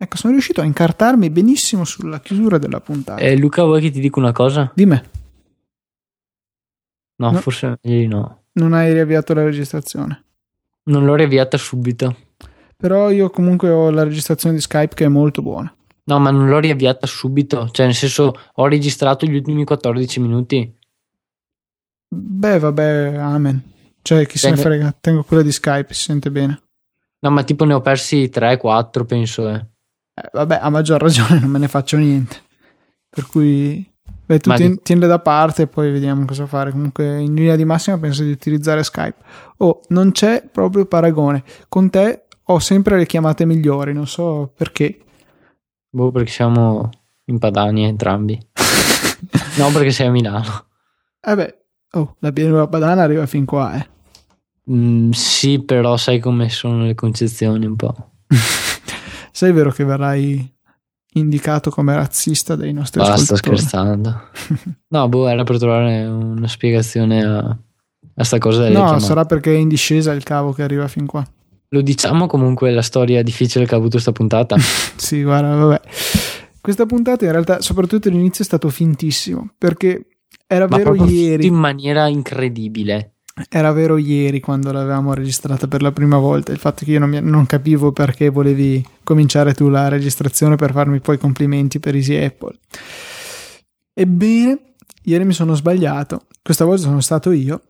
Ecco, sono riuscito a incartarmi benissimo sulla chiusura della puntata. Luca, vuoi che ti dica una cosa? Di me. No, forse no. Non hai riavviato la registrazione? Non l'ho riavviata subito. Però io comunque ho la registrazione di Skype che è molto buona. No, ma non l'ho riavviata subito. Cioè, nel senso, ho registrato gli ultimi 14 minuti. Beh, vabbè, amen. Cioè, chi se ne frega, tengo quella di Skype, si sente bene. No, ma tipo ne ho persi 3-4, penso. Vabbè, a maggior ragione non me ne faccio niente. Per cui, beh, tu tienile da parte e poi vediamo cosa fare. Comunque, in linea di massima penso di utilizzare Skype. Non c'è proprio paragone. Con te ho sempre le chiamate migliori, non so perché. Perché siamo in Padania entrambi. No, perché sei a Milano. La pianura padana arriva fin qua, Sì, però sai come sono le concezioni un po'. Sai vero che verrai indicato come razzista dai nostri ascoltatori? Sto scherzando. No, era per trovare una spiegazione a sta cosa delle chiamate. Sarà perché è in discesa il cavo che arriva fin qua. Lo diciamo comunque la storia difficile che ha avuto sta puntata? Sì, guarda, vabbè. Questa puntata in realtà, soprattutto l'inizio, è stato fintissimo, perché era vero ieri. In maniera incredibile. Era vero ieri quando l'avevamo registrata per la prima volta. Il fatto che io non capivo perché volevi cominciare tu la registrazione per farmi poi complimenti per Easy Apple. Ebbene, ieri mi sono sbagliato. Questa volta sono stato io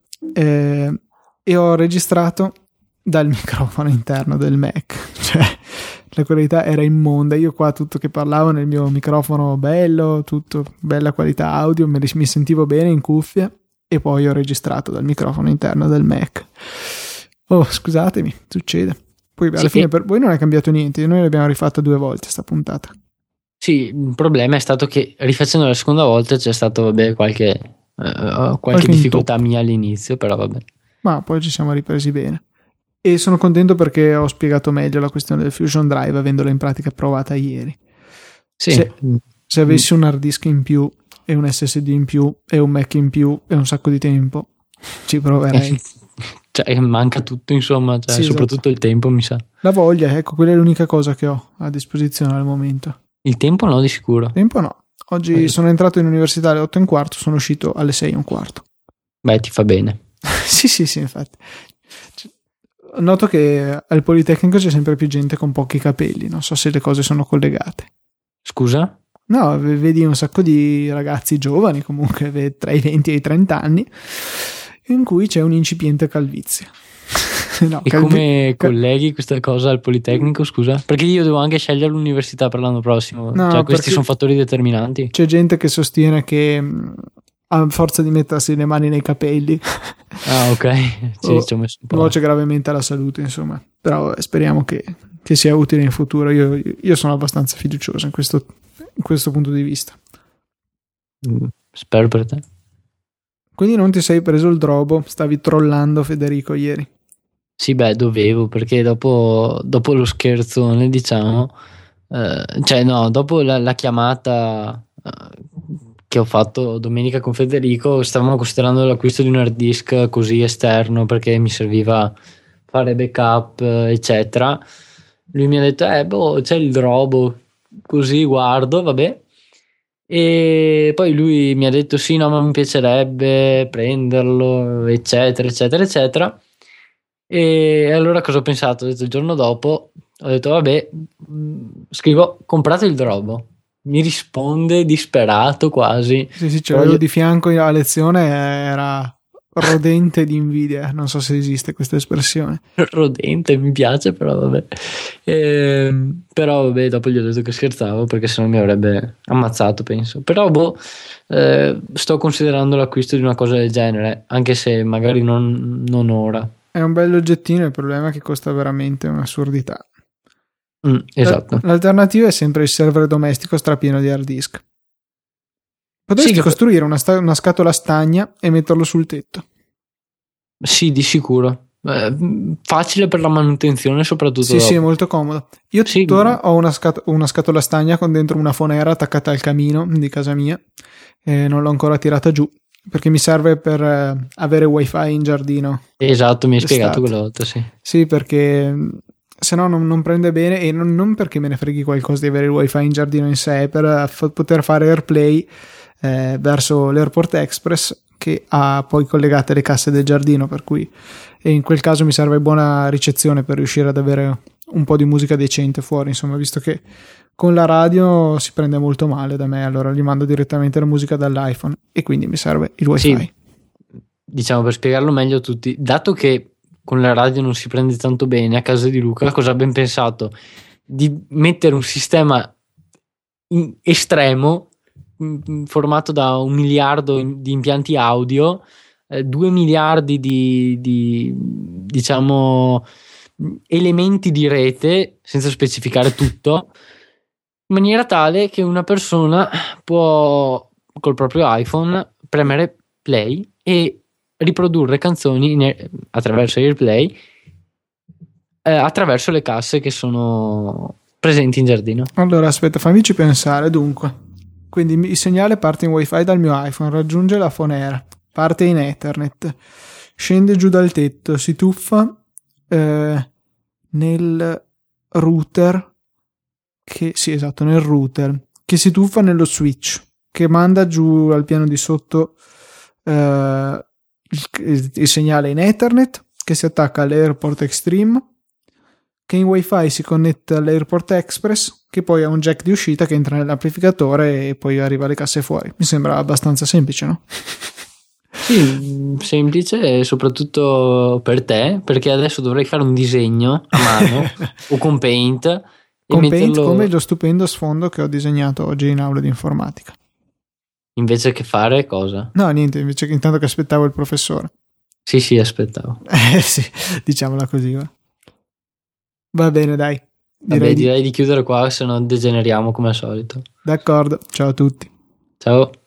e ho registrato dal microfono interno del Mac. Cioè, la qualità era immonda. Io qua tutto che parlavo nel mio microfono bello, tutto bella qualità audio, mi sentivo bene in cuffia. E poi ho registrato dal microfono interno del Mac. Scusatemi, succede. Poi alla fine per voi non è cambiato niente. Noi l'abbiamo rifatta 2 volte sta puntata. Sì, il problema è stato che rifacendo la seconda volta c'è stato qualche difficoltà mia all'inizio, però vabbè. Ma poi ci siamo ripresi bene. E sono contento perché ho spiegato meglio la questione del Fusion Drive avendola in pratica provata ieri. Sì. Se avessi un hard disk in più e un SSD in più e un Mac in più e un sacco di tempo ci proverei. Cioè manca tutto, insomma, sì, soprattutto il tempo, mi sa. La voglia, ecco, quella è l'unica cosa che ho a disposizione al momento. Il tempo no, di sicuro. Il tempo no. Oggi sono entrato in università alle 8:15, sono uscito alle 6:15. Beh, ti fa bene. Sì, infatti. Noto che al Politecnico c'è sempre più gente con pochi capelli, non so se le cose sono collegate. Scusa? No, vedi un sacco di ragazzi giovani, comunque tra i 20 e i 30 anni, in cui c'è un'incipiente calvizie. Come colleghi questa cosa al Politecnico, scusa? Perché io devo anche scegliere l'università per l'anno prossimo. No, questi sono fattori determinanti. C'è gente che sostiene che a forza di mettersi le mani nei capelli ok, ci ho messo un po'. Nuoce gravemente alla salute, insomma. Però speriamo che sia utile in futuro. Io sono abbastanza fiducioso in questo punto di vista. Spero per te. Quindi non ti sei preso il drobo? Stavi trollando Federico ieri? Sì, dovevo, perché dopo lo scherzone, diciamo, dopo la chiamata che ho fatto domenica con Federico, stavamo considerando l'acquisto di un hard disk così esterno perché mi serviva fare backup, eccetera. Lui mi ha detto c'è il drobo, così guardo, vabbè. E poi lui mi ha detto sì, no, ma mi piacerebbe prenderlo, eccetera, eccetera, eccetera. E allora cosa ho pensato? Ho detto il giorno dopo, ho detto vabbè, scrivo comprate il drobo. Mi risponde disperato quasi. Sì, ce l'avevo di fianco a lezione, era rodente di invidia, non so se esiste questa espressione. Rodente, mi piace, però vabbè. Però vabbè, dopo gli ho detto che scherzavo perché sennò mi avrebbe ammazzato, penso. Però sto considerando l'acquisto di una cosa del genere, anche se magari non ora. È un bello oggettino, il problema è che costa veramente un'assurdità. Esatto. L'alternativa è sempre il server domestico strapieno di hard disk. Potresti costruire una scatola stagna e metterlo sul tetto. Sì, di sicuro. Facile per la manutenzione, soprattutto. Sì, è molto comodo. Io tuttora ho una scatola stagna con dentro una fonera attaccata al camino di casa mia e non l'ho ancora tirata giù perché mi serve per avere wifi in giardino. Esatto, mi hai spiegato quella volta, sì. Sì, perché se no non prende bene, e non perché me ne freghi qualcosa di avere il wifi in giardino in sé, per poter fare AirPlay verso l'AirPort Express, che ha poi collegate le casse del giardino, per cui in quel caso mi serve buona ricezione per riuscire ad avere un po' di musica decente fuori, insomma, visto che con la radio si prende molto male da me, allora gli mando direttamente la musica dall'iPhone e quindi mi serve il wifi. Sì, diciamo, per spiegarlo meglio a tutti, dato che con la radio non si prende tanto bene, a casa di Luca cosa ha ben pensato? Di mettere un sistema estremo formato da 1 miliardo di impianti audio, 2 miliardi di diciamo elementi di rete, senza specificare tutto, in maniera tale che una persona può col proprio iPhone premere play e riprodurre canzoni attraverso AirPlay, attraverso le casse che sono presenti in giardino. Allora aspetta, fammici pensare. Dunque, quindi il segnale parte in wifi dal mio iPhone, raggiunge la fonera, parte in Ethernet, scende giù dal tetto, si tuffa nel router, che sì, esatto, nel router, che si tuffa nello switch, che manda giù al piano di sotto il segnale in Ethernet, che si attacca all'AirPort Extreme, che in wifi si connette all'AirPort Express, che poi ha un jack di uscita che entra nell'amplificatore e poi arriva alle casse fuori. Mi sembra abbastanza semplice, no? Sì, semplice, soprattutto per te, perché adesso dovrei fare un disegno a mano o con Paint e con metterlo... Paint, come lo stupendo sfondo che ho disegnato oggi in aula di informatica. Invece che fare cosa? No, niente, invece che intanto che aspettavo il professore. Sì, aspettavo. Sì, diciamola così. Va bene, dai. Direi di chiudere qua, se no degeneriamo come al solito. D'accordo, ciao a tutti. Ciao.